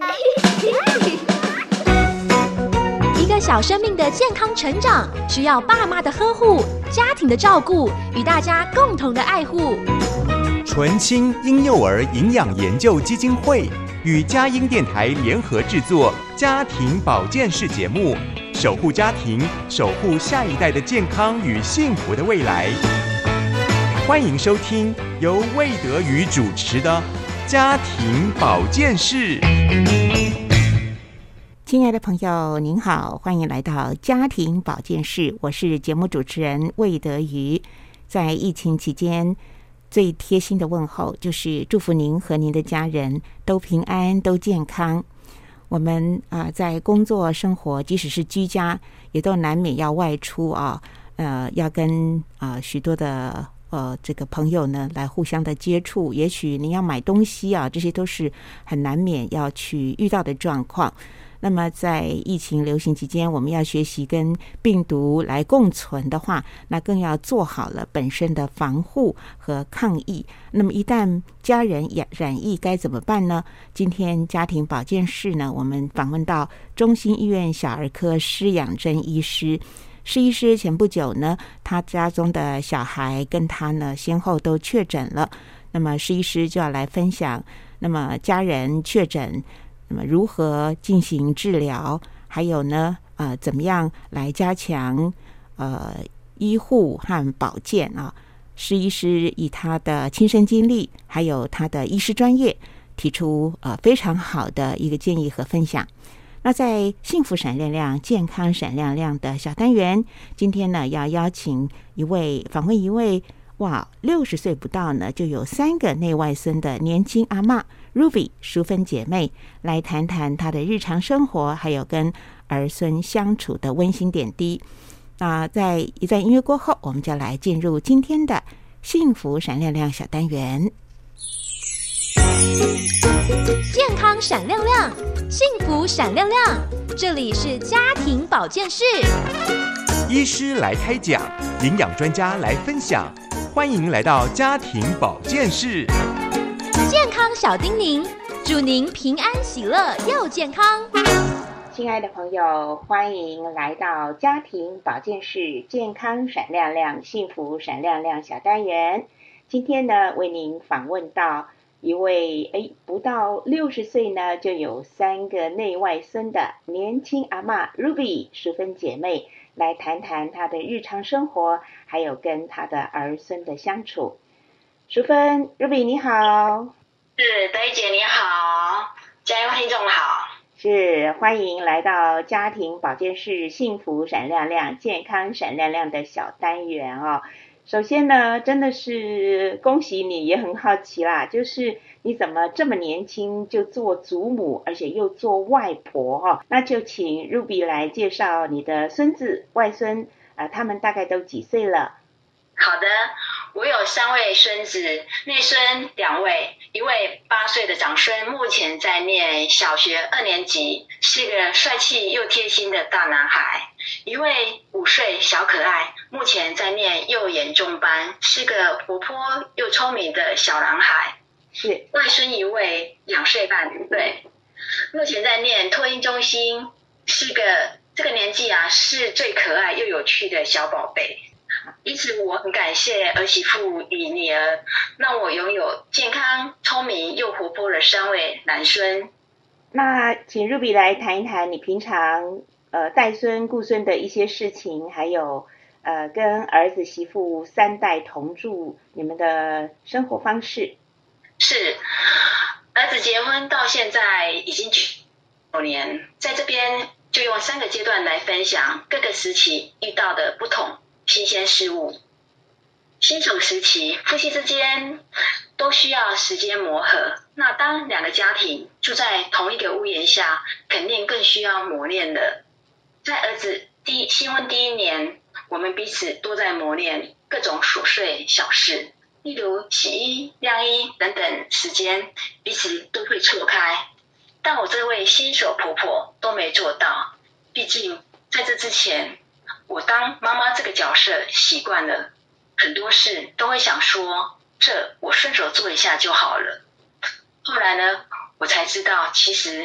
一个小生命的健康成长，需要爸妈的呵护、家庭的照顾与大家共同的爱护。 纯青婴幼儿营养研究基金会与佳音电台联合制作家庭保健室节目，守护家庭，守护下一代的健康与幸福的未来。欢迎收听由魏德瑜主持的家庭保健室。 亲爱的朋友您好，欢迎来到家庭保健室，我是节目主持人魏德瑜。在疫情期间，最贴心的问候就是祝福您和您的家人都平安都健康。我们在工作生活，即使是居家，也都难免要外出要跟许多的这个朋友呢来互相的接触，也许您要买东西这些都是很难免要去遇到的状况。那么在疫情流行期间，我们要学习跟病毒来共存的话，那更要做好了本身的防护和抗疫。那么一旦家人也染疫该怎么办呢？今天家庭保健室呢，我们访问到中心医院小儿科施养珍医师。施医师前不久呢，他家中的小孩跟他呢先后都确诊了。那么施医师就要来分享，那么家人确诊，那么如何进行治疗，还有呢怎么样来加强医护和保健施医师以他的亲身经历，还有他的医师专业，提出非常好的一个建议和分享。那在幸福闪亮亮、健康闪亮亮的小单元，今天呢要邀请访问一位60岁不到呢就有3个内外孙的年轻阿嬷 Ruby 淑芬姐妹，来谈谈她的日常生活，还有跟儿孙相处的温馨点滴。那在一段音乐过后，我们就来进入今天的幸福闪亮亮小单元。 健康闪亮亮，幸福闪亮亮，这里是家庭保健室。 医师来开讲，营养专家来分享，欢迎来到家庭保健室。 健康小叮咛，祝您平安喜乐又健康。 亲爱的朋友，欢迎来到家庭保健室健康闪亮亮幸福闪亮亮小单元。今天呢，为您访问到一位不到60岁呢就有3个内外孙的年轻阿嬷 Ruby 淑芬姐妹，来谈谈她的日常生活，还有跟她的儿孙的相处。淑芬 Ruby 你好。 是德瑜姐你好，家人听众好。 是，欢迎来到家庭保健室幸福闪亮亮健康闪亮亮的小单元首先呢，真的是恭喜你，也很好奇啦，就是你怎么这么年轻就做祖母，而且又做外婆那就请 Ruby 来介绍你的孙子外孙他们大概都几岁了？ 好的，我有3位孙子，内孙2位，一位8岁的长孙，目前在念小学2年级，是个帅气又贴心的大男孩；一位5岁小可爱，目前在念幼研中班，是个活泼又聪明的小男孩。 是外孙一位2岁半，对，目前在念托婴中心，是个这个年纪是最可爱又有趣的小宝贝。因此我很感谢儿媳妇与女儿，让我拥有健康、聪明又活泼的3位男孙。 那请 Ruby 来谈一谈你平常带孙顾孙的一些事情，还有跟儿子媳妇3代同住你们的生活方式。 是，儿子结婚到现在已经9年，在这边就用3个阶段来分享各个时期遇到的不同新鲜事物。新手时期，夫妻之间都需要时间磨合，那当2个家庭住在同一个屋檐下，肯定更需要磨练的。在儿子新婚第1年，我们彼此都在磨练各种琐碎小事，例如洗衣、晾衣等等时间，彼此都会错开。但我这位新手婆婆都没做到，毕竟在这之前，我当妈妈这个角色习惯了，很多事都会想说，这我顺手做一下就好了。后来呢，我才知道其实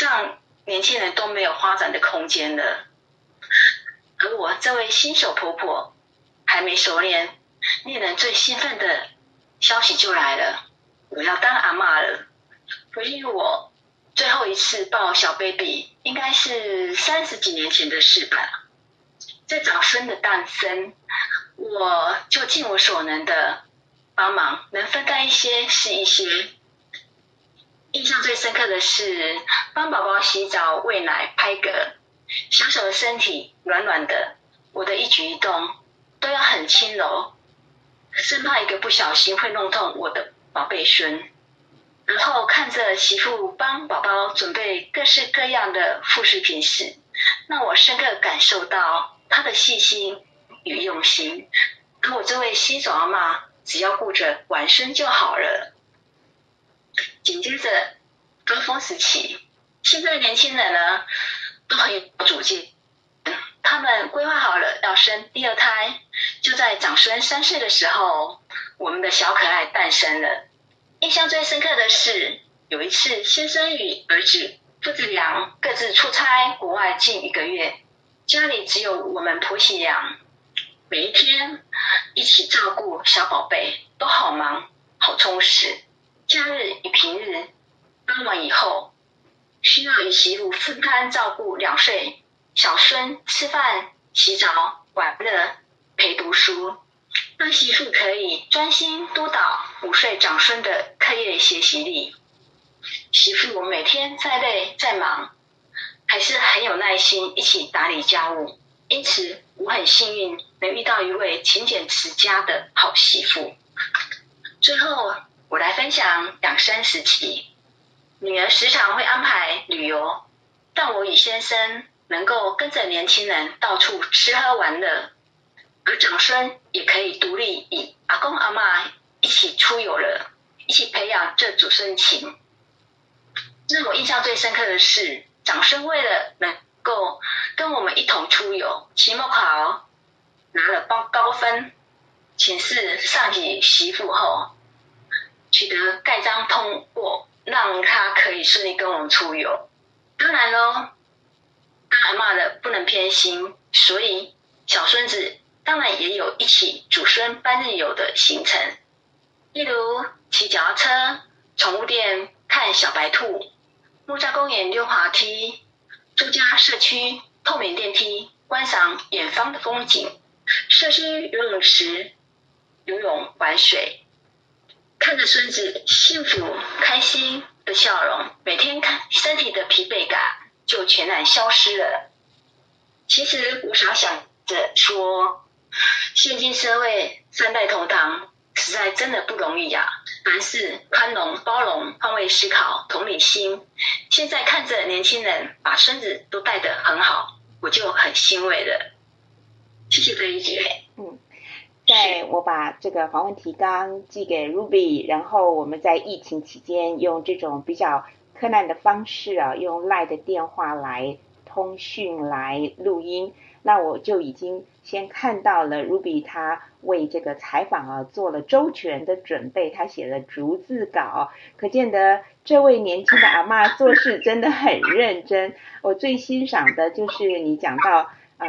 让年轻人都没有发展的空间了。而我这位新手婆婆还没熟练，令人最兴奋的消息就来了，我要当阿嬷了。回忆我最后一次抱小 baby 应该是30几年前的事吧。在长孙的诞生，我就尽我所能的帮忙，能分担一些是一些。印象最深刻的是帮宝宝洗澡、喂奶、拍嗝，小小的身体软软的，我的一举一动都要很轻柔，生怕一个不小心会弄痛我的宝贝孙。然后看着媳妇帮宝宝准备各式各样的副食品时，让我深刻感受到她的细心与用心。而我这位新手阿嬷只要顾着玩孙就好了。紧接着高峰时期，现在的年轻人呢都很有主见，他们规划好了要生第二胎。就在长孙3岁的时候，我们的小可爱诞生了。印象最深刻的是有一次先生与儿子父子俩各自出差国外近1个月，家里只有我们婆媳俩，每一天一起照顾小宝贝，都好忙好充实。假日与平日傍晚以后，需要与媳妇分摊照顾2岁小孙吃饭、洗澡、玩乐、陪读书，让媳妇可以专心督导5岁长孙的课业学习力。媳妇每天再累再忙，还是很有耐心一起打理家务，因此我很幸运能遇到一位勤俭持家的好媳妇。最后我来分享养生时期，女儿时常会安排旅游，但我与先生能够跟着年轻人到处吃喝玩乐，而长孙也可以独立与阿公阿嬷一起出游了，一起培养这祖孙情。让我印象最深刻的是，长孙为了能够跟我们一同出游，期末考拿了高分，请示上级媳妇后，取得盖章通过，让他可以顺利跟我们出游。当然咯，当阿嬷的不能偏心，所以小孙子当然也有一起祖孙班日游的行程，例如骑脚踏车、宠物店看小白兔、木栅公园溜滑梯、住家社区透明电梯观赏远方的风景、社区游泳池游泳玩水。看着孙子幸福开心的笑容，每天看身体的疲惫感就全然消失了。其实我常想着说，现今社会3代同堂实在真的不容易啊，凡事宽容包容、换位思考、同理心。现在看着年轻人把孙子都带得很好，我就很欣慰了。谢谢贝姐。 在我把这个访问提纲寄给 Ruby， 然后我们在疫情期间用这种比较困难的方式啊，用 LINE 的电话来通讯来录音，那我就已经先看到了 Ruby 他为这个采访啊做了周全的准备，他写了逐字稿，可见得这位年轻的阿嬷做事真的很认真。我最欣赏的就是你讲到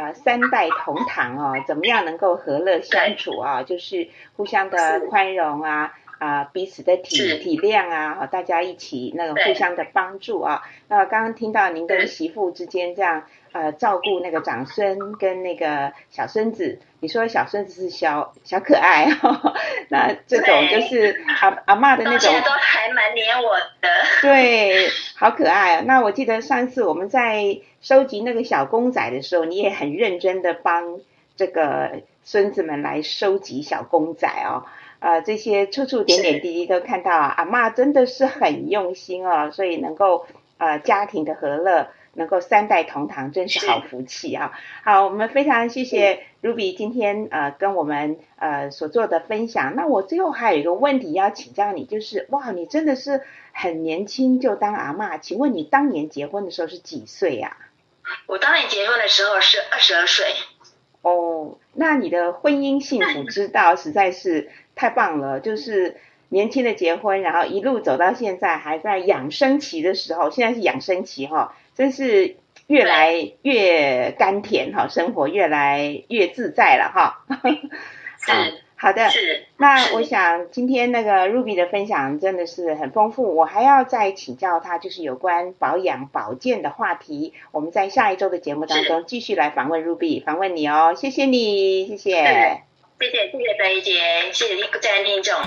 3代同堂哦，怎么样能够和乐相处啊？就是互相的宽容彼此的体谅啊，大家一起那个互相的帮助啊。刚刚听到您跟媳妇之间这样照顾那个长孙跟那个小孙子，你说小孙子是小可爱哦，那这种就是阿嬷的那种，现在都还蛮黏我的。 对，好可爱。那我记得上次我们在收集那个小公仔的时候，你也很认真的帮这个孙子们来收集小公仔哦。这些处处点点滴滴都看到阿嬷真的是很用心哦，所以能够家庭的和乐，能够3代同堂，真是好福气啊！好，我们非常谢谢 Ruby 今天跟我们所做的分享。那我最后还有一个问题要请教你，就是哇，你真的是很年轻就当阿嬷，请问你当年结婚的时候是几岁啊？ 我当年结婚的时候是22岁。 哦，那你的婚姻幸福之道实在是太棒了，就是年轻的结婚，然后一路走到现在还在养生期的时候，现在是养生期哈，真是越来越甘甜哈，生活越来越自在了哈。好的，那我想今天那个 Ruby 的分享真的是很丰富，我还要再请教他，就是有关保养保健的话题，我们在下一周的节目当中继续来访问 Ruby， 访问你哦，谢谢你，谢谢， 谢谢德怡姐，谢谢各位听众。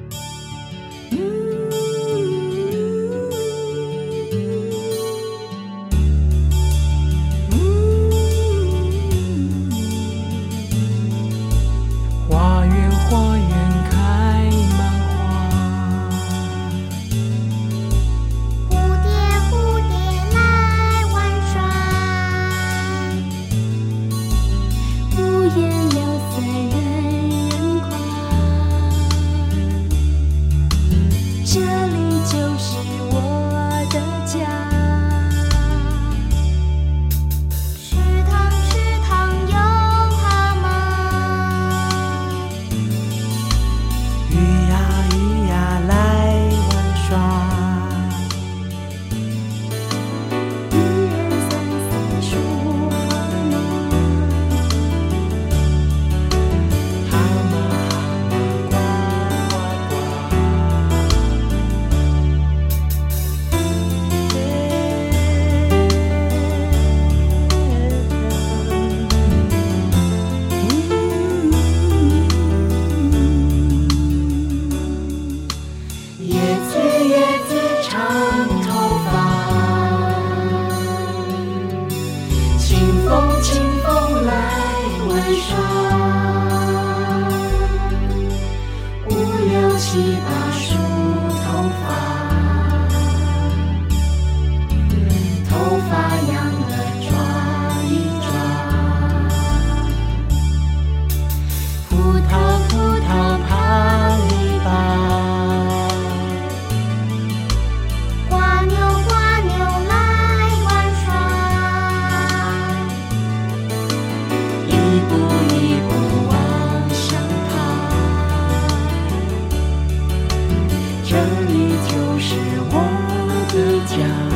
花园开满花， 蝴蝶来玩耍，五颜六色人人夸，这里就是我的家。池塘有蛤蟆， 鱼呀来玩耍， 一二三四数蛤蟆， 蛤蟆呱呱叶子长头发，清风来玩耍，五六七八梳头发痒了抓一抓，葡萄爬篱笆， 瓜牛来玩耍， 一步往上爬，这里就是我的家。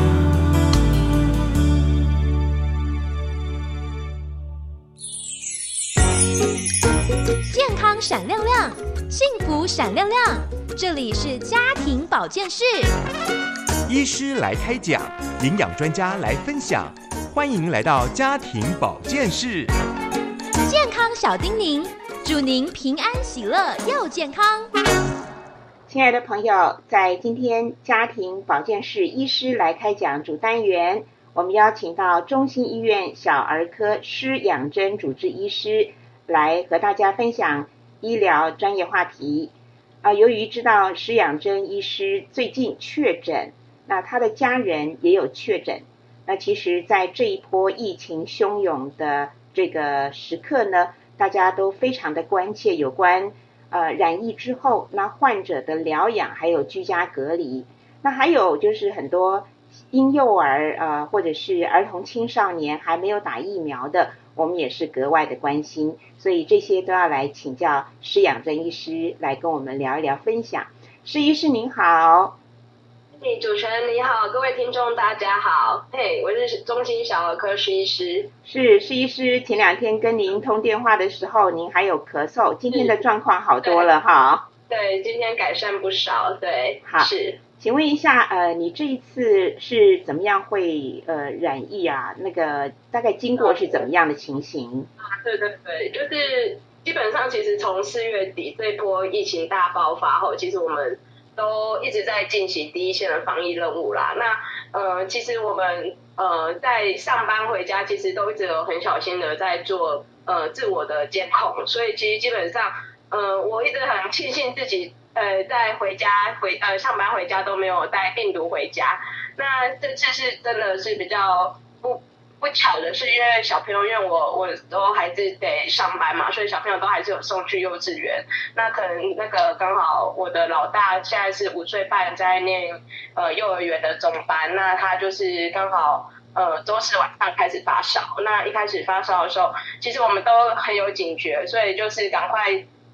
健康闪亮亮，幸福闪亮亮，这里是家庭保健室。 医师来开讲，营养专家来分享，欢迎来到家庭保健室。 健康小叮咛，祝您平安喜乐又健康。 亲爱的朋友，在今天家庭保健室医师来开讲主单元，我们邀请到中心医院小儿科施养珍主治医师来和大家分享医疗专业话题。由于知道施养珍医师最近确诊，那他的家人也有确诊，那其实在这一波疫情汹涌的这个时刻呢，大家都非常的关切有关染疫之后那患者的疗养还有居家隔离，那还有就是很多婴幼儿或者是儿童青少年还没有打疫苗的，我们也是格外的关心，所以这些都要来请教施养珍医师来跟我们聊一聊分享。施医师您好。 主持人你好，各位听众大家好，我是中心小儿科施医师。 是施医师，前2天跟您通电话的时候您还有咳嗽，今天的状况好多了哈。 对，今天改善不少，对， 好，是。请问一下你这一次是怎么样会染疫啊？那个大概经过是怎么样的情形？ 对，就是基本上其实从4月底这波疫情大爆发后，其实我们都一直在进行第一线的防疫任务啦。那其实我们在上班回家，其实都一直有很小心的在做自我的监控，所以其实基本上我一直很庆幸自己在上班回家都没有带病毒回家。那这次是真的是比较不巧的是，因为小朋友，因为我都还是得上班嘛，所以小朋友都还是有送去幼稚园。那可能那个刚好我的老大现在是5岁半，在念幼儿园的中班，那他就是刚好周4晚上开始发烧。那一开始发烧的时候，其实我们都很有警觉，所以就是赶快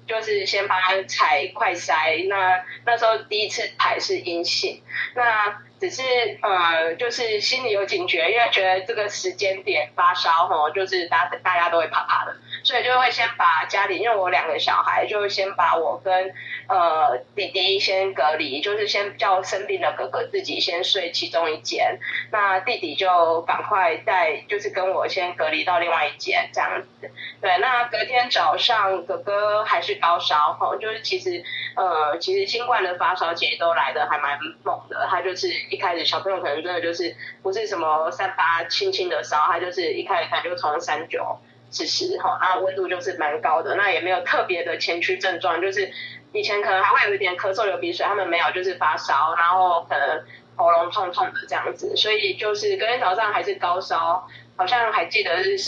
就是先帮他采快筛，那时候第一次采是阴性，那只是就是心里有警觉，因为觉得这个时间点发烧就是大家都会怕怕的，所以就会先把家里，因为我2个小孩，就先把我跟弟弟先隔离，就是先叫生病的哥哥自己先睡其中一间，那弟弟就赶快就是跟我先隔离到另外一间这样子。对，那隔天早上哥哥还是高烧就是其实新冠的发烧其实都来的还蛮猛的，他就是一开始小朋友可能真的就是不是什么38轻轻的烧，他就是一开始可能就从39、40那温度就是蛮高的，那也没有特别的前驱症状，就是以前可能还会有一点咳嗽流鼻水，他们没有，就是发烧，然后可能喉咙痛痛的这样子，所以就是隔天早上还是高烧，好像还记得是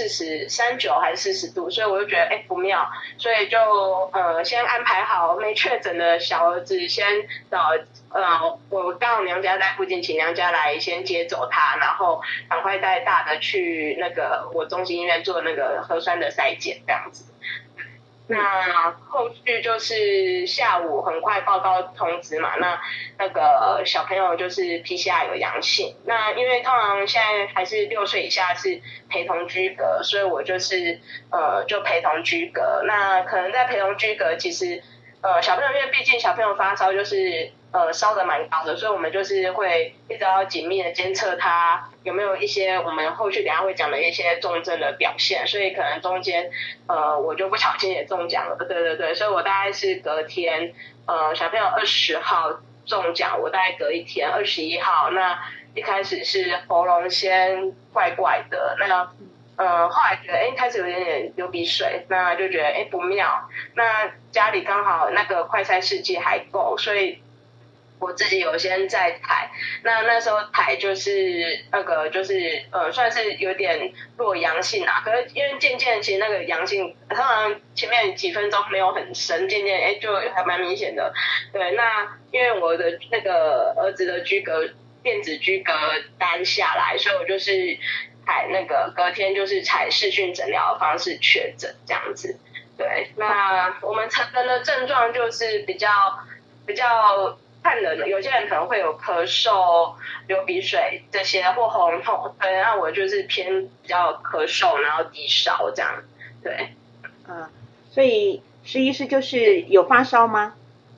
39还是40度，所以我就觉得不妙，所以就先安排好没确诊的小儿子，先找我刚好娘家在附近，请娘家来先接走他，然后赶快带大的去那个我中心医院做那个核酸的筛检这样子。那后续就是下午很快报告通知嘛，那个小朋友就是 PCR 有阳性，那因为通常现在还是6岁以下是陪同居隔，所以我就是就陪同居隔，那可能在陪同居隔其实小朋友因为毕竟小朋友发烧就是烧得蛮高的，所以我们就是会一直要紧密的监测他有没有一些我们后续等一下会讲的一些重症的表现，所以可能中间我就不小心也中奖了，对，所以我大概是隔天小朋友20号中奖，我大概隔一天21号，那一开始是喉咙先怪怪的，那后来觉得开始有点流鼻水，那就觉得不妙，那家里刚好那个快筛试剂还够，所以我自己有先在采，那时候采就是那个就是算是有点弱阳性可是因为渐渐其实那个阳性通常前面几分钟没有很深，渐渐就还蛮明显的。对，那因为我的那个儿子的电子居隔单下来，所以我就是采那个隔天就是采视讯诊疗的方式确诊这样子。对，那我们成人的症状就是比较看人的，有些人可能会有咳嗽、流鼻水这些或喉咙痛，对，那我就是偏比较咳嗽，然后低烧这样，对。 所以施医师就是有发烧吗？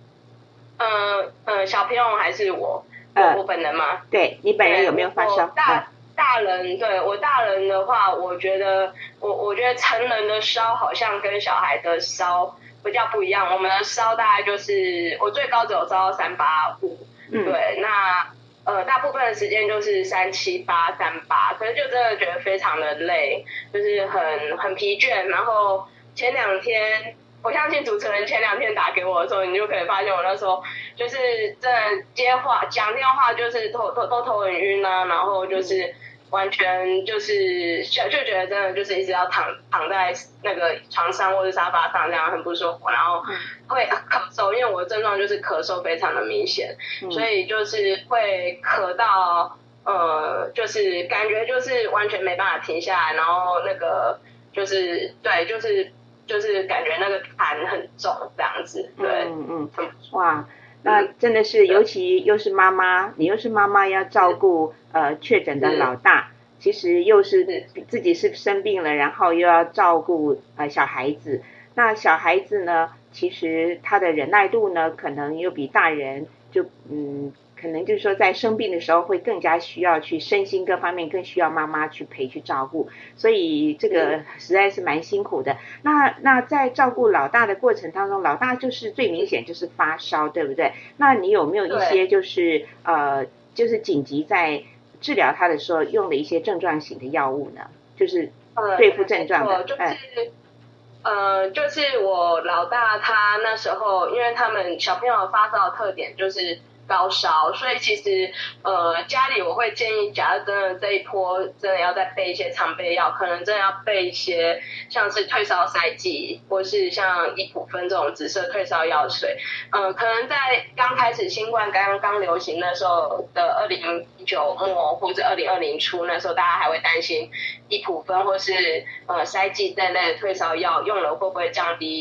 小朋友还是我本人吗？ 对，你本人有没有发烧？ 大人，对，我大人的话，我觉得成人的烧好像跟小孩的烧比较不一样，我们的烧大概就是我最高只有烧到385，对，那大部分的时间就是378、38，可是就真的觉得非常的累，就是很疲倦，然后前2天。我相信主持人前2天打给我的时候，你就可以发现我那时候就是真的讲电话就是都头很晕然后就是完全就是就觉得真的就是一直要躺在那个床上或者沙发上这样很不舒服，然后会咳嗽，因为我的症状就是咳嗽非常的明显，所以就是会咳到就是感觉就是完全没办法停下来，然后那个就是对就是感觉那个痰很重这样子，对， 哇，那真的是，尤其又是妈妈，你又是妈妈要照顾确诊的老大，其实又是自己是生病了，然后又要照顾小孩子，那小孩子呢，其实他的忍耐度呢，可能又比大人就可能就是说在生病的时候会更加需要去身心各方面更需要妈妈去陪去照顾，所以这个实在是蛮辛苦的。那在照顾老大的过程当中，老大就是最明显就是发烧，对不对？那你有没有一些就是就是紧急在治疗他的时候用的一些症状型的药物呢？就是对付症状的， 就是我老大他那时候，因为他们小朋友发烧的特点就是高烧，所以其实家里我会建议，假如真的这一波真的要再备一些常备药，可能真的要备一些像是退烧塞剂，或是像伊普芬这种紫色退烧药水。可能在刚开始新冠刚流行那时候的2019末或者2020初，那时候大家还会担心伊普芬或是塞剂这类的退烧药用了会不会降低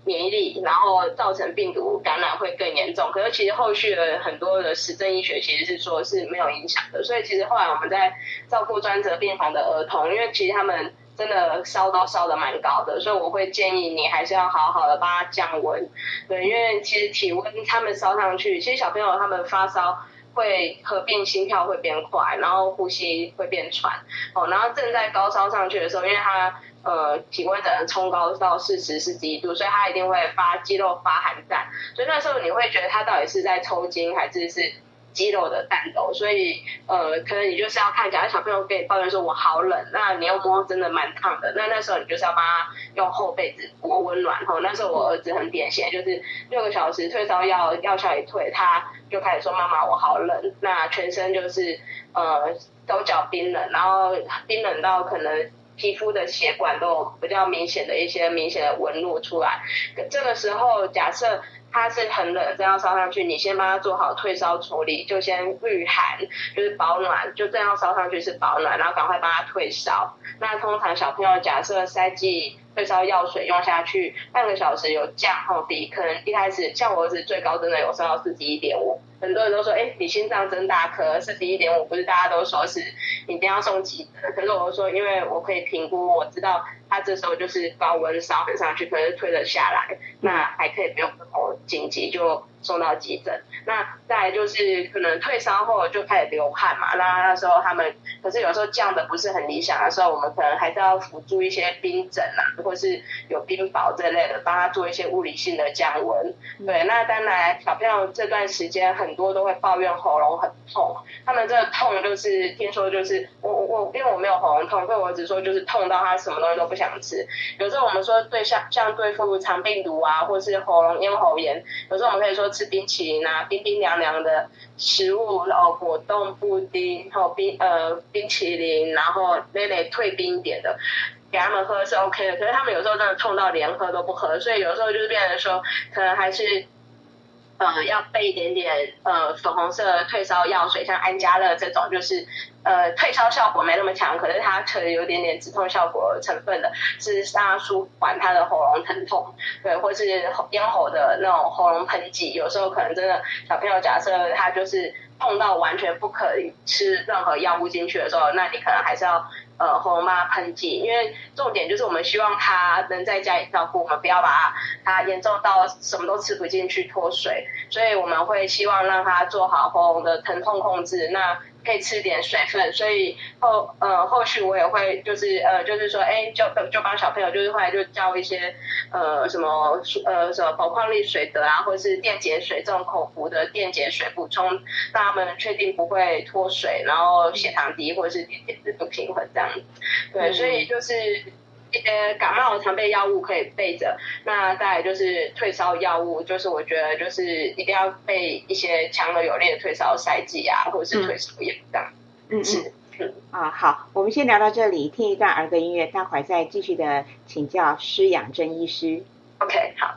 免疫力，然后造成病毒感染会更严重。可是其实后续的很多的实证医学其实是说是没有影响的，所以其实后来我们在照顾专责病房的儿童，因为其实他们真的烧都烧得蛮高的，所以我会建议你还是要好好的帮他降温。对，因为其实体温他们烧上去，其实小朋友他们发烧会合并心跳会变快，然后呼吸会变喘然后正在高烧上去的时候，因为他体温整个冲高到40-41度，所以他一定会肌肉发寒战，所以那时候你会觉得他到底是在抽筋还是肌肉的颤抖，所以可能你就是要看，假如小朋友跟你抱怨说我好冷，那你又摸真的蛮烫的，那时候你就是要帮他用厚被子裹温暖那时候我儿子很典型，就是6个小时退烧药效一退，他就开始说妈妈我好冷，那全身就是手脚冰冷，然后冰冷到可能皮肤的血管都有比较明显的纹路出来。这个时候假设他是很冷，这样烧上去，你先帮他做好退烧处理，就先御寒，就是保暖，就这样烧上去是保暖，然后赶快帮他退烧。那通常小朋友假设塞剂退烧药水用下去半个小时有降比可能一开始像我儿子最高真的有烧到41.5，很多人都说你心脏真大颗，41.5不是大家都说是你一定要送急诊，可是我说因为我可以评估，我知道他这时候就是高温烧很上去，可是退了下来，那还可以不用紧急就送到急诊。那再来就是可能退烧后就开始流汗嘛，那时候他们可是有时候降的不是很理想的时候，我们可能还是要辅助一些冰枕或是有冰雹这类的，帮他做一些物理性的降温。对，那当然小朋友这段时间很多都会抱怨喉咙很痛，他们这个痛就是听说就是我因为我没有喉咙痛，所以我只说就是痛到他什么东西都不想吃。有时候我们说像对付肠病毒或是喉咙咽喉炎，有时候我们可以说吃冰淇淋冰冰凉凉的食物果冻布丁冰淇淋，然后那类退冰一点的给他们喝是 OK 的，可是他们有时候真的痛到连喝都不喝，所以有时候就是变成说可能还是要备一点点粉红色退烧药水，像安佳乐这种就是退烧效果没那么强，可是它可能有点点止痛效果成分的，是让它舒缓它的喉咙疼痛，对，或是咽喉的那种喉咙喷剂。有时候可能真的小朋友假设他就是痛到完全不可以吃任何药物进去的时候，那你可能还是要喉咙帮他喷剂，因为重点就是我们希望他能在家里照顾，我们不要把他严重到什么都吃不进去脱水，所以我们会希望让他做好喉咙的疼痛控制，那可以吃点水分，所以后续我也会就是说就帮小朋友就是后来就教一些什么宝矿力水得或是电解水这种口服的电解水补充，让他们确定不会脱水，然后血糖低或者是电解质不平衡这样子。对，所以就是感冒常备药物可以备着，那再来就是退烧药物，就是我觉得就是一定要备一些强而有力的退烧塞剂或者是退烧药这样。 好，我们先聊到这里，听一段儿歌音乐，待会儿再继续的请教施养真医师。 OK， 好。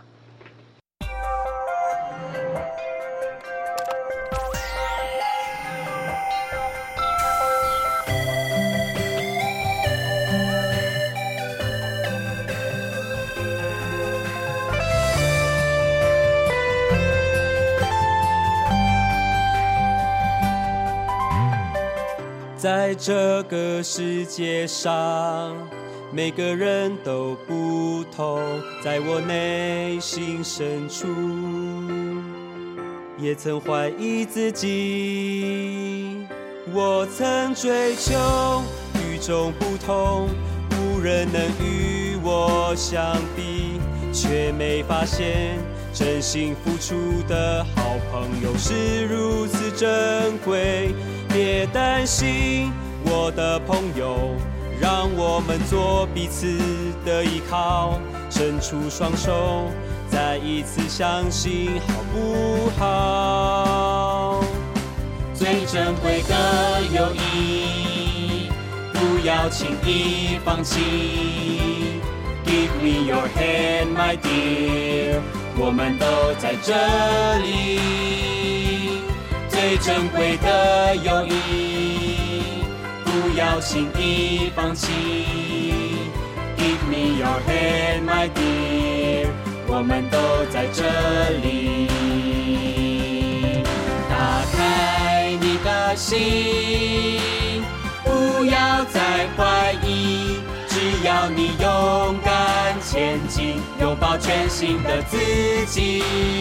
在这个世界上，每个人都不同，在我内心深处，也曾怀疑自己。我曾追求与众不同，无人能与我相比，却没发现真心付出的好朋友是如此珍贵。别担心，我的朋友，让我们做彼此的依靠，伸出双手，再一次相信，好不好？最珍贵的友谊，不要轻易放弃。Give me your hand, my dear， 我们都在这里。最珍贵的友谊，不要轻易放弃。Give me your hand, my dear， 我们都在这里。打开你的心，不要再怀疑，只要你勇敢前进，拥抱全新的自己。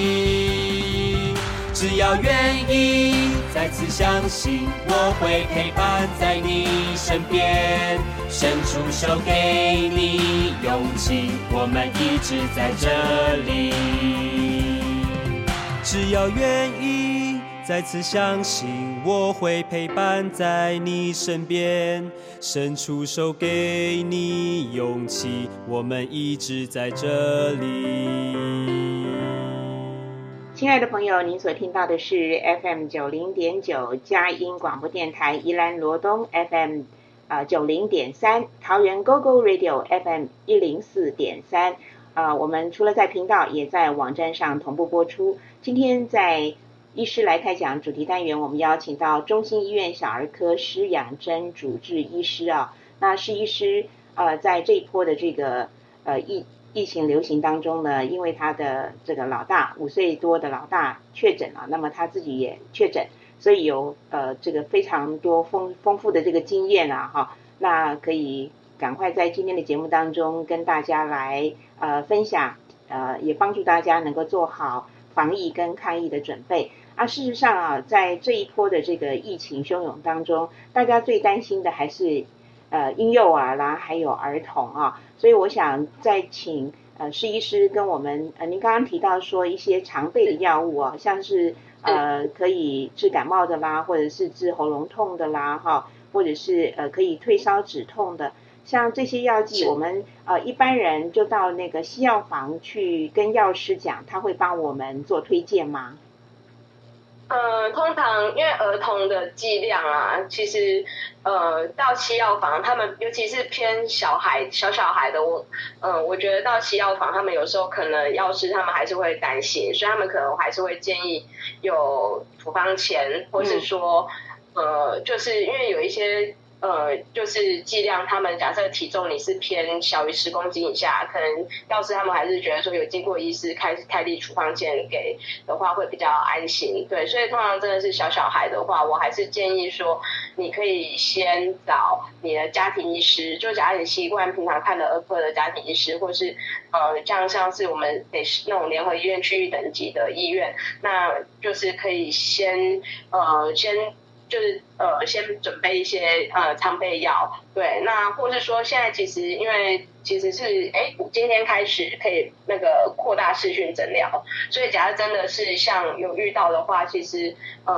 只要愿意再次相信，我会陪伴在你身边，伸出手给你勇气，我们一直在这里。只要愿意再次相信，我会陪伴在你身边，伸出手给你勇气，我们一直在这里。 亲爱的朋友，您所听到的是 FM 90.9佳音广播电台宜兰罗东 FM 90.3，桃园 GoGo Radio FM 104.3。我们除了在频道，也在网站上同步播出。今天在医师来开讲主题单元，我们邀请到中心医院小儿科施养珍主治医师啊。那施医师在这一波的这个疫情流行当中呢，因为他的这个老大5岁多的老大确诊了，那么他自己也确诊，所以有这个非常多丰富的这个经验啊哈，那可以赶快在今天的节目当中跟大家来分享，也帮助大家能够做好防疫跟抗疫的准备。事实上啊，在这一波的这个疫情汹涌当中，大家最担心的还是婴幼儿啦，还有儿童啊，所以我想再请施医师跟我们您刚刚提到说一些常备的药物啊，像是可以治感冒的啦，或者是治喉咙痛的啦哈，或者是可以退烧止痛的，像这些药剂，我们一般人就到那个西药房去跟药师讲，他会帮我们做推荐吗？ 通常因为儿童的剂量啊，其实到西药房，他们尤其是偏小孩的，我觉得到西药房，他们有时候可能药师他们还是会担心，所以他们可能还是会建议有处方签，或是说就是因为有一些就是剂量，他们假设体重你是偏小于10公斤以下，可能药师他们还是觉得说有经过医师开立处方签给的话会比较安心。对，所以通常真的是小孩的话，我还是建议说你可以先找你的家庭医师，就假如你习惯平常看的儿科的家庭医师，或是像是我们那种联合医院区域等级的医院，那就是可以先先准备一些常备药，对，那或是说现在其实因为其实是今天开始可以那个扩大视讯诊疗，所以假如真的是像有遇到的话，其实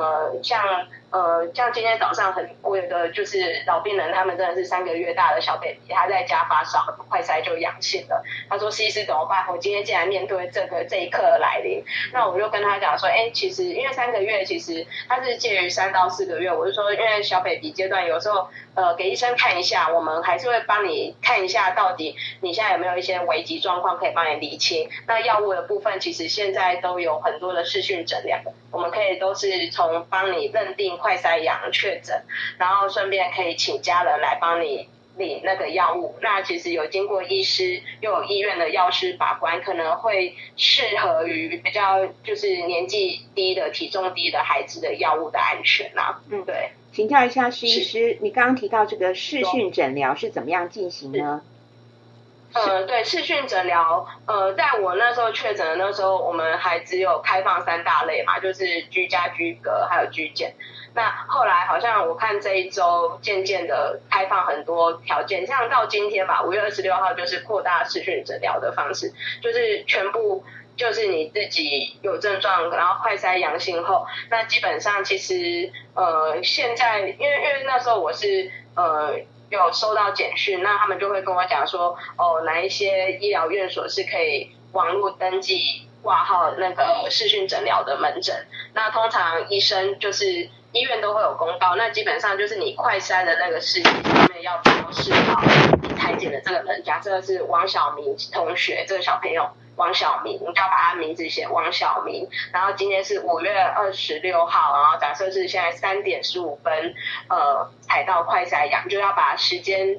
像今天早上我有个就是老病人，他们真的是3个月大的小 baby， 他在家发烧，快筛就阳性了。他说：“医师怎么办？我今天竟然面对这一刻的来临。”那我就跟他讲说：“其实因为3个月，其实它是介于3到4个月。我就说，因为小 baby 阶段有时候给医生看一下，我们还是会帮你看一下到底你现在有没有一些危急状况可以帮你厘清。那药物的部分，其实现在都有很多的视讯诊疗，我们可以都是从帮你认定快筛阳确诊，然后顺便可以请家人来帮你领那个药物。那其实有经过医师又有医院的药师把关，可能会适合于比较就是年纪低的、体重低的孩子的药物的安全啊。对。 请教一下施医师，你刚刚提到这个视讯诊疗是怎么样进行呢？ 对，视讯诊疗，在我那时候确诊的那时候，我们还只有开放3大类嘛，就是居家、居隔还有居检。那后来好像我看这一周渐渐的开放很多条件，像到今天吧，5月26号就是扩大视讯诊疗的方式，就是全部就是你自己有症状，然后快筛阳性后，那基本上其实现在因为那时候我是有收到简讯，那他们就会跟我讲说哪一些医疗院所是可以网络登记挂号那个视讯诊疗的门诊。那通常医生就是医院都会有公告，那基本上就是你快筛的那个试剂上面要标示好你采检的这个人，假设是王小明同学这个小朋友王小明，你就要把他名字写王小明，然后今天是5月26号，然后假设是现在3点15分采到快筛阳，就要把时间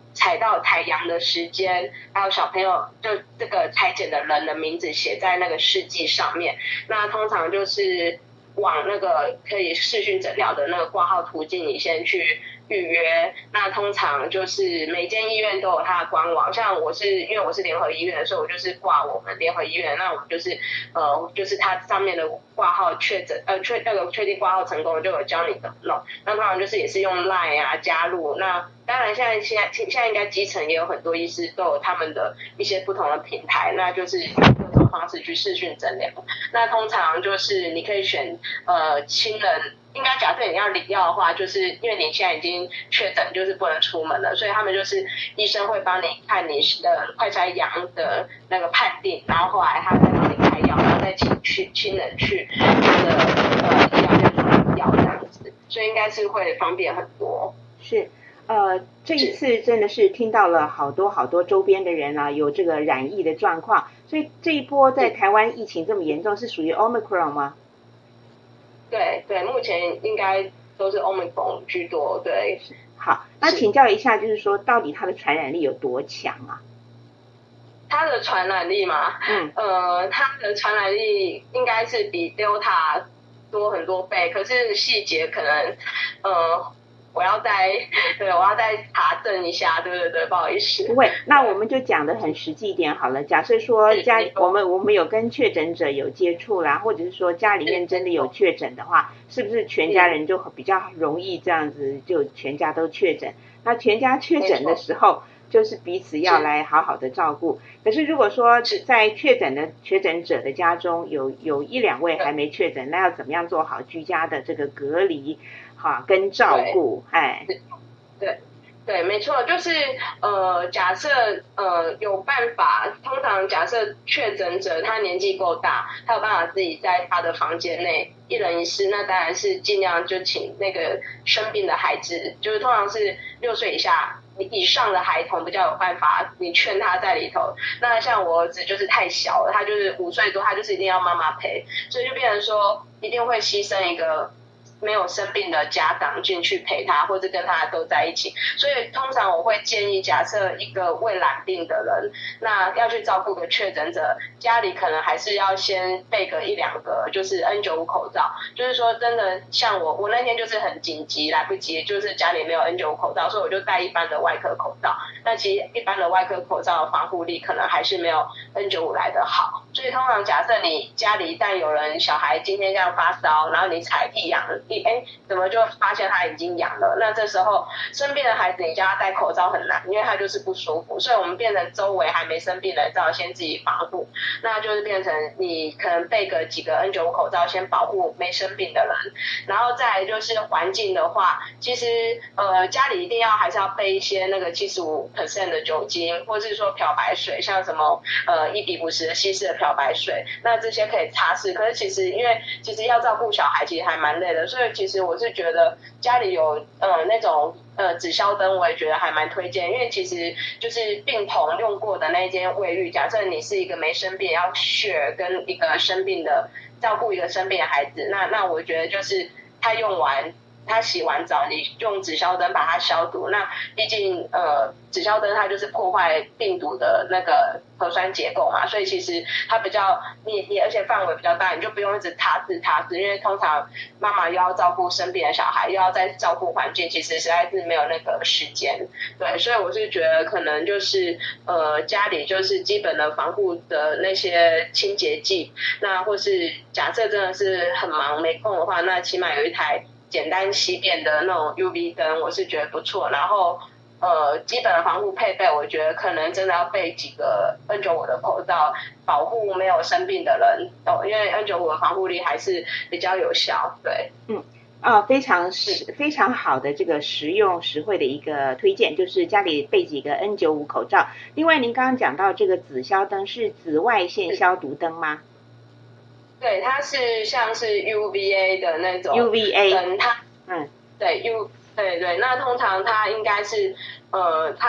采阳的时间，还有小朋友就这个采检的人的名字写在那个试剂上面。那通常就是往那个可以视讯诊疗的那个挂号途径，你先去预约。那通常就是每间医院都有它的官网，像因为我是联合医院，所以我就是挂我们联合医院。那我们就是它上面的挂号确诊确定挂号成功了，就有教你怎么弄。那通常就是也是用 LINE 啊加入。那当然现在应该基层也有很多医师都有他们的一些不同的平台，那就是各种方式去视讯诊疗。那通常就是你可以选亲人。应该假设你要领药的话，就是因为你现在已经确诊，就是不能出门了，所以他们就是医生会帮你看你的快筛阳的那个判定，然后后来他再帮你开药，然后再请亲人去他的医疗院所领药这样子，所以应该是会方便很多。 是。这一次真的是听到了好多周边的人啊有这个染疫的状况，所以这一波在台湾疫情这么严重，是属于 Omicron 吗？ 对，目前应该都是 Omicron 居多。对， 好，那请教一下，就是说到底它的传染力有多强啊？ 它的传染力嘛，它的传染力应该是比 Delta 多很多倍，可是细节可能我要再查证一下，对，不好意思。 不会，那我们就讲得很实际一点好了。假设说我们有跟确诊者有接触啦，或者是说家里面真的有确诊的话，是不是全家人就比较容易这样子就全家都确诊？那全家确诊的时候，就是彼此要来好好的照顾。可是如果说在确诊者的家中有一两位还没确诊，那要怎么样做好居家的这个隔离跟照顾？ 对，没错，就是假设有办法，通常假设确诊者他年纪够大，他有办法自己在他的房间内一人一室，那当然是尽量就请那个生病的孩子，就是通常是6岁以上的孩童比较有办法，你劝他在里头。那像我儿子就是太小了，他就是5岁多，他就是一定要妈妈陪，所以就变成说一定会牺牲一个没有生病的家长进去陪他，或者跟他都在一起。所以通常我会建议，假设一个未染病的人，那要去照顾个确诊者，家里可能还是要先备个1-2个就是 N95 口罩。就是说真的，像我那天就是很紧急来不及，就是家里没有 N95 口罩，所以我就戴一般的外科口罩。那其实一般的外科口罩的防护力可能还是没有 N95 来得好。所以通常假设你家里一旦有人小孩今天这样发烧，然后你采地阳，怎么就发现他已经阳了？那这时候生病的孩子你叫他戴口罩很难，因为他就是不舒服，所以我们变成周围还没生病的人，只好先自己防护。那就是变成你可能备个几个 N95 口罩，先保护没生病的人。然后再来就是环境的话，其实家里一定还是要备一些那个75% 的酒精，或是说漂白水，像什么1:50的稀释的漂白水，那这些可以擦拭。可是其实因为要照顾小孩，其实还蛮累的，所以其实我是觉得家里有那种纸消灯，我也觉得还蛮推荐，因为其实就是病童用过的那间卫浴，假设你是一个没生病要share跟一个生病的照顾一个生病的孩子，那我觉得就是他用完他洗完澡，你用纸消灯把它消毒。那毕竟纸消灯它就是破坏病毒的那个核酸结构嘛，所以其实它比较你而且范围比较大，你就不用一直擦拭，因为通常妈妈又要照顾生病的小孩，又要再照顾环境，其实实在是没有那个时间。对，所以我是觉得可能就是家里就是基本的防护的那些清洁剂，那或是假设真的是很忙没空的话，那起码有一台简单洗便的那种 UV 灯，我是觉得不错。然后基本的防护配备，我觉得可能真的要备几个 N95 的口罩，保护没有生病的人因为 N95 的防护力还是比较有效。对， 非常好的这个实用实惠的一个推荐，就是家里备几个 N95 口罩。另外您刚刚讲到这个紫消灯是紫外线消毒灯吗？ 对，它是像是 UVA 的那种 UVA 灯，它对，那通常它应该是它的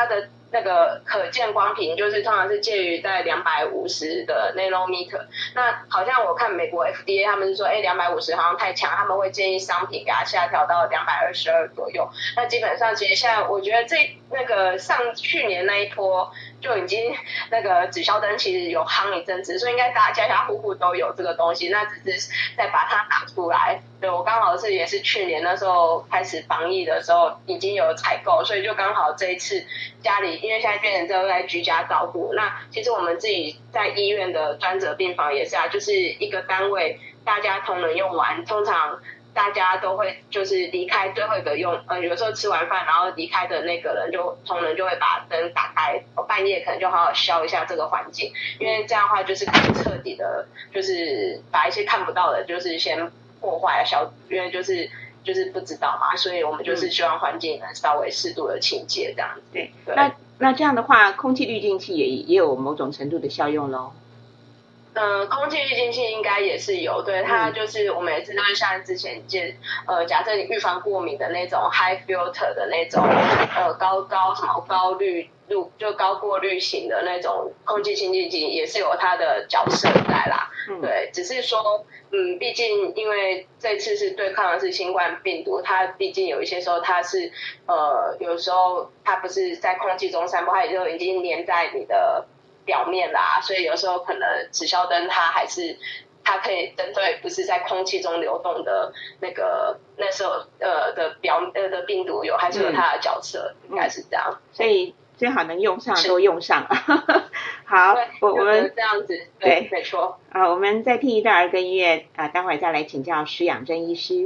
那个可见光频，就是通常是介于在250的 nanometer。那好像我看美国 FDA 他们是说，250好像太强，他们会建议商品给它下调到222左右。那基本上其实现在我觉得去年那一波就已经那个直销灯其实有夯一阵子，所以应该大家家户户都有这个东西，那只是再把它拿出来。对，我刚好也是去年那时候开始防疫的时候已经有采购，所以就刚好这一次家里因为现在变成都在居家照顾，那其实我们自己在医院的专责病房也是啊，就是一个单位大家同仁用完，通常大家都会就是离开最后一个有时候吃完饭然后离开的那个人同仁就会把灯打开，半夜可能就好好消一下这个环境，因为这样的话就是可以彻底的就是把一些看不到的就是先破坏因为就是不知道嘛，所以我们就是希望环境能稍微适度的清洁这样子。 对，那这样的话，空气滤净器也有某种程度的效用咯。 空气滤净器应该也是有，对，它就是我们也是就是像之前假设你预防过敏的那种 high filter 的那种高滤就高过滤型的那种空气清净机也是有它的角色在啦。对，只是说毕竟因为这次是对抗的是新冠病毒，它毕竟有一些时候它是有时候它不是在空气中散播，它也就已经粘在你的表面啦，所以有时候可能直销灯它可以针对不是在空气中流动的那时候的病毒还是有它的角色，应该是这样。 所以最好能用上都用上。好，我们这样子，对，没错。 我们再听一段儿歌音乐待会儿再来请教施养真医师。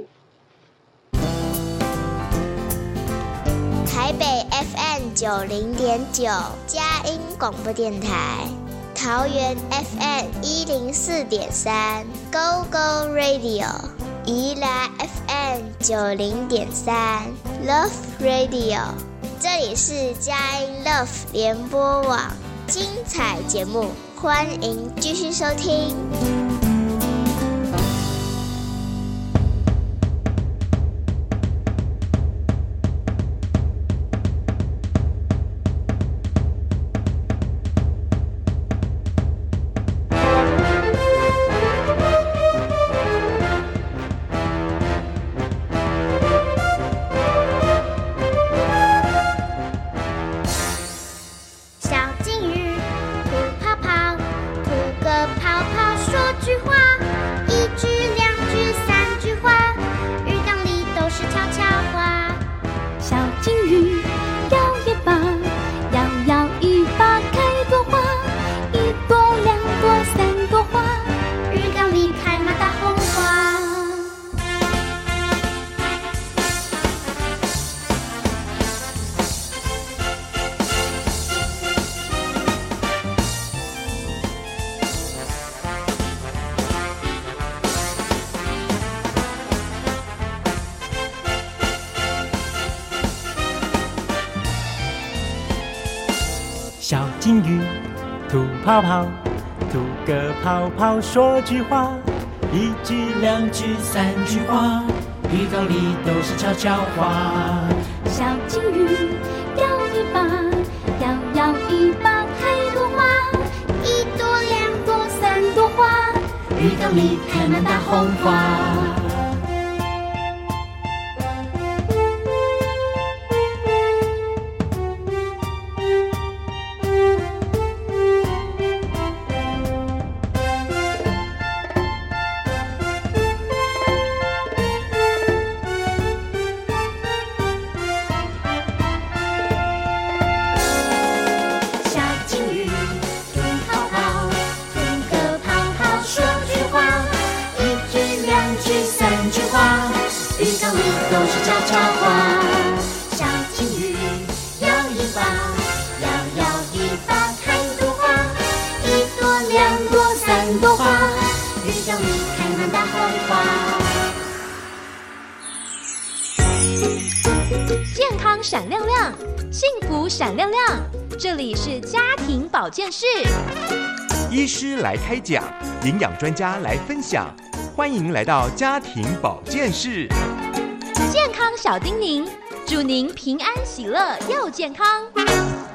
台北 FM 90.9佳音广播电台，桃园 FM 104.3 Go Go Radio， 宜兰 FM 90.3 Love Radio， 这里是佳音 Love 联播网，精彩节目，欢迎继续收听。 小金鱼吐泡泡，吐个泡泡说句话，一句两句三句话，鱼缸里都是悄悄话。 小金鱼摇尾巴，摇尾巴开朵花，一朵两朵三朵花，鱼缸里开满大红花。 健康闪亮亮，幸福闪亮亮，这里是家庭保健室。 医师来开讲，营养专家来分享，欢迎来到家庭保健室。 健康小叮咛，祝您平安喜乐又健康。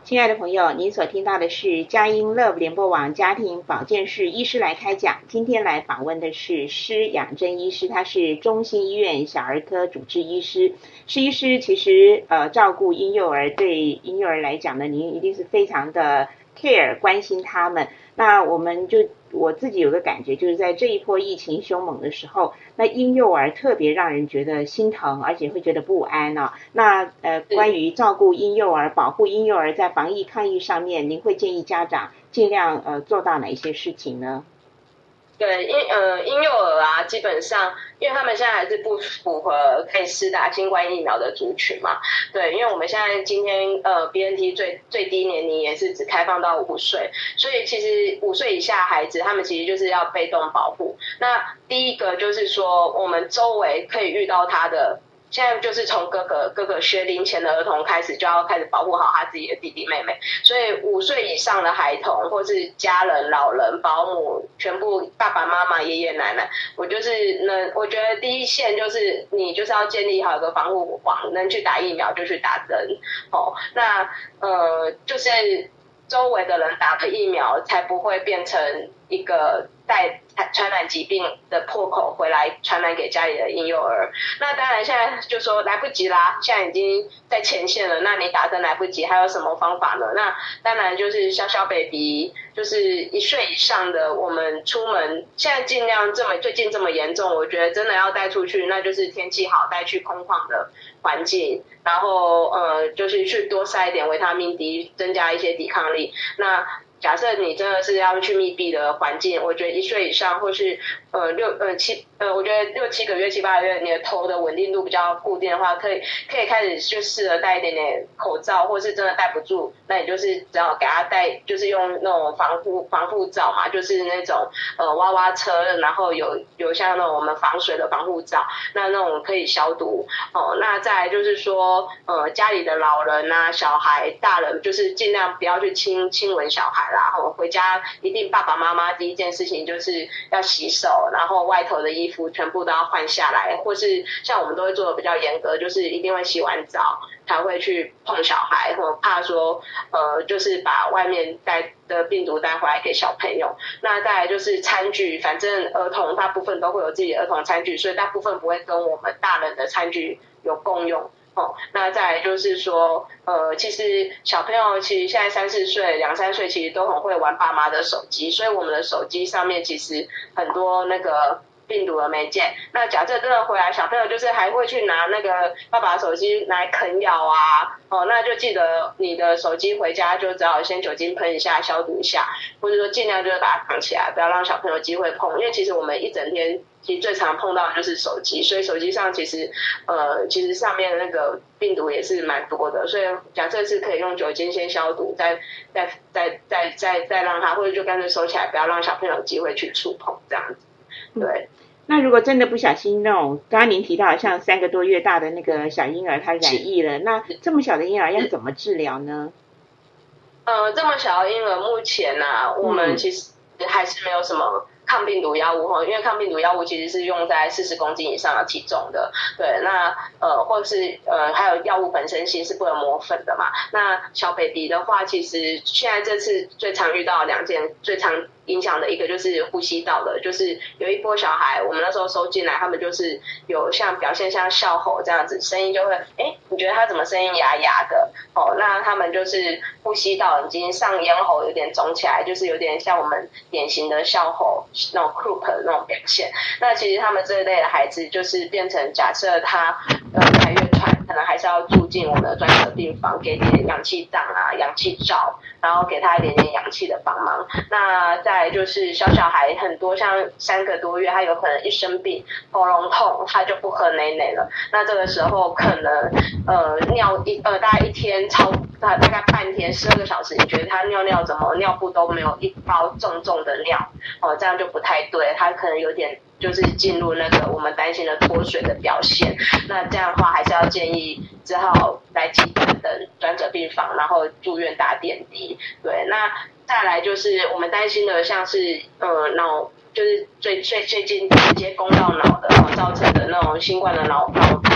亲爱的朋友，您所听到的是佳音 Love 联播网家庭保健室医师来开讲。今天来访问的是施雅珍医师，他是中心医院小儿科主治医师。施医师其实照顾婴幼儿，对婴幼儿来讲呢，您一定是非常的 care 关心他们。那我自己有个感觉，就是在这一波疫情凶猛的时候，那婴幼儿特别让人觉得心疼，而且会觉得不安啊。那关于照顾婴幼儿、保护婴幼儿在防疫抗疫上面，您会建议家长尽量做到哪一些事情呢？ 对，婴幼儿啊，基本上因为他们现在还是不符合可以施打新冠疫苗的族群嘛。对，因为我们现在今天BNT 最低年龄也是只开放到5岁，所以其实5岁以下孩子他们其实就是要被动保护。那第一个就是说，我们周围可以遇到他的。现在就是从各个学龄前的儿童开始，就要开始保护好他自己的弟弟妹妹。所以5岁以上的孩童，或是家人、老人、保姆，全部爸爸妈妈、爷爷奶奶，我觉得第一线就是你就是要建立好一个防护网，能去打疫苗就去打针。那就是周围的人打了疫苗，才不会变成一个带传染疾病的破口回来传染给家里的婴幼儿。那当然现在就说来不及啦，现在已经在前线了，那你打针来不及，还有什么方法呢？那当然就是小 baby， 就是1岁以上的，我们出门现在尽量最近这么严重，我觉得真的要带出去，那就是天气好带去空旷的环境，然后就是去多塞一点维他命 D， 增加一些抵抗力。那假设你真的是要去密闭的环境，我觉得1岁以上或是我觉得6、7个月、7、8个月，你的头的稳定度比较固定的话，可以开始就试着戴一点点口罩，或是真的戴不住，那你就是只要给他戴，就是用那种防护罩嘛，就是那种娃娃车，然后有像那种我们防水的防护罩，那种可以消毒。那再来就是说家里的老人啊、小孩、大人，就是尽量不要去亲吻小孩啦。回家一定爸爸妈妈第一件事情就是要洗手，然后外头的衣服全部都要换下来，或是像我们都会做的比较严格，就是一定会洗完澡才会去碰小孩，怕说就是把外面带的病毒带回来给小朋友。那再来就是餐具，反正儿童大部分都会有自己的儿童餐具，所以大部分不会跟我们大人的餐具有共用。那再来就是说其实小朋友其实现在3、4岁、2、3岁其实都很会玩爸妈的手机，所以我们的手机上面其实很多那个病毒的媒介。那假设真的回来，小朋友就是还会去拿那个爸爸手机来啃咬啊，那就记得你的手机回家就只好先酒精喷一下，消毒一下，或者说尽量就是把它藏起来，不要让小朋友有机会碰。因为其实我们一整天其实最常碰到的就是手机，所以手机上其实上面那个病毒也是蛮多的，所以假设是可以用酒精先消毒，再让它，或者就干脆收起来，不要让小朋友有机会去触碰这样子。对。 那如果真的不小心那种，刚刚您提到像3个多月大的那个小婴儿他染疫了，那这么小的婴儿要怎么治疗呢？ 这么小的婴儿目前啊，我们其实还是没有什么抗病毒药物，因为抗病毒药物其实是用在40公斤以上的体重的。对，那或是还有药物本身其实是不能磨粉的嘛。那小 baby 的话，其实现在这次最常遇到2件最常影响的一个就是呼吸道的，就是有一波小孩，我们那时候收进来，他们就是有表现像哮吼这样子，声音就会你觉得他怎么声音哑哑的？那他们就是呼吸道已经上咽喉有点肿起来，就是有点像我们典型的哮吼那种 croup 的那种表现。那其实他们这一类的孩子就是变成，假设他越来越喘，可能还是要住进我们的专责病房，给点氧气杖啊、氧气罩，然后给他一点点氧气的帮忙。那再来就是小孩很多，像3个多月，他有可能一生病喉咙痛，他就不喝奶奶了。那这个时候可能大概一天大概半天12个小时，你觉得他尿怎么尿布都没有一包重重的尿，这样就不太对，他可能有点就是进入那个我们担心的脱水的表现。那这样的话还是要建议只好来急诊等专责病房，然后住院打点滴。对，那再来就是我们担心的像是脑，就是最近直接攻到脑的造成的那种新冠的脑炎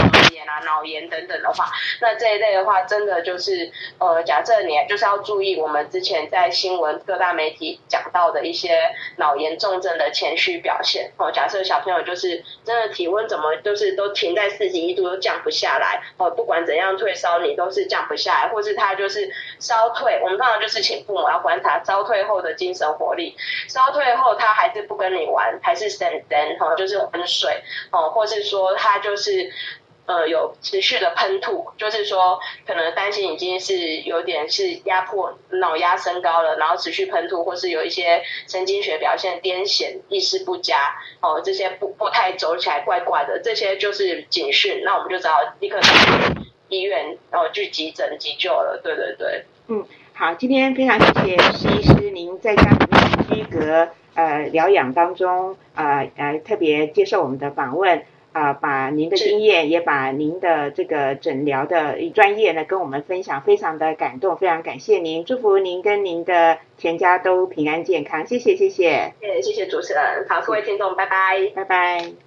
炎啊、脑炎等等的话，那这一类的话，真的就是假设你就是要注意我们之前在新闻各大媒体讲到的一些脑炎重症的前驱表现。假设小朋友就是真的体温怎么就是都停在41度都降不下来，不管怎样退烧你都是降不下来，或是他就是烧退，我们通常就是请父母要观察烧退后的精神活力，烧退后他还是不跟你玩，还是神就是玩水，或是说他就是有持续的喷吐，就是说可能担心已经是有点是压迫脑压升高了，然后持续喷吐，或是有一些神经学表现癫痫、意识不佳，这些步态走起来怪怪的，这些就是警讯，那我们就只好立刻到医院去急诊急救了。对对对， 好，今天非常谢谢施医师您在家里面居隔疗养当中特别接受我们的访问。把您的经验也把您的这个诊疗的专业呢跟我们分享，非常的感动，非常感谢您，祝福您跟您的全家都平安健康，谢谢谢谢。 谢谢主持人，好，各位听众，拜拜， 拜拜。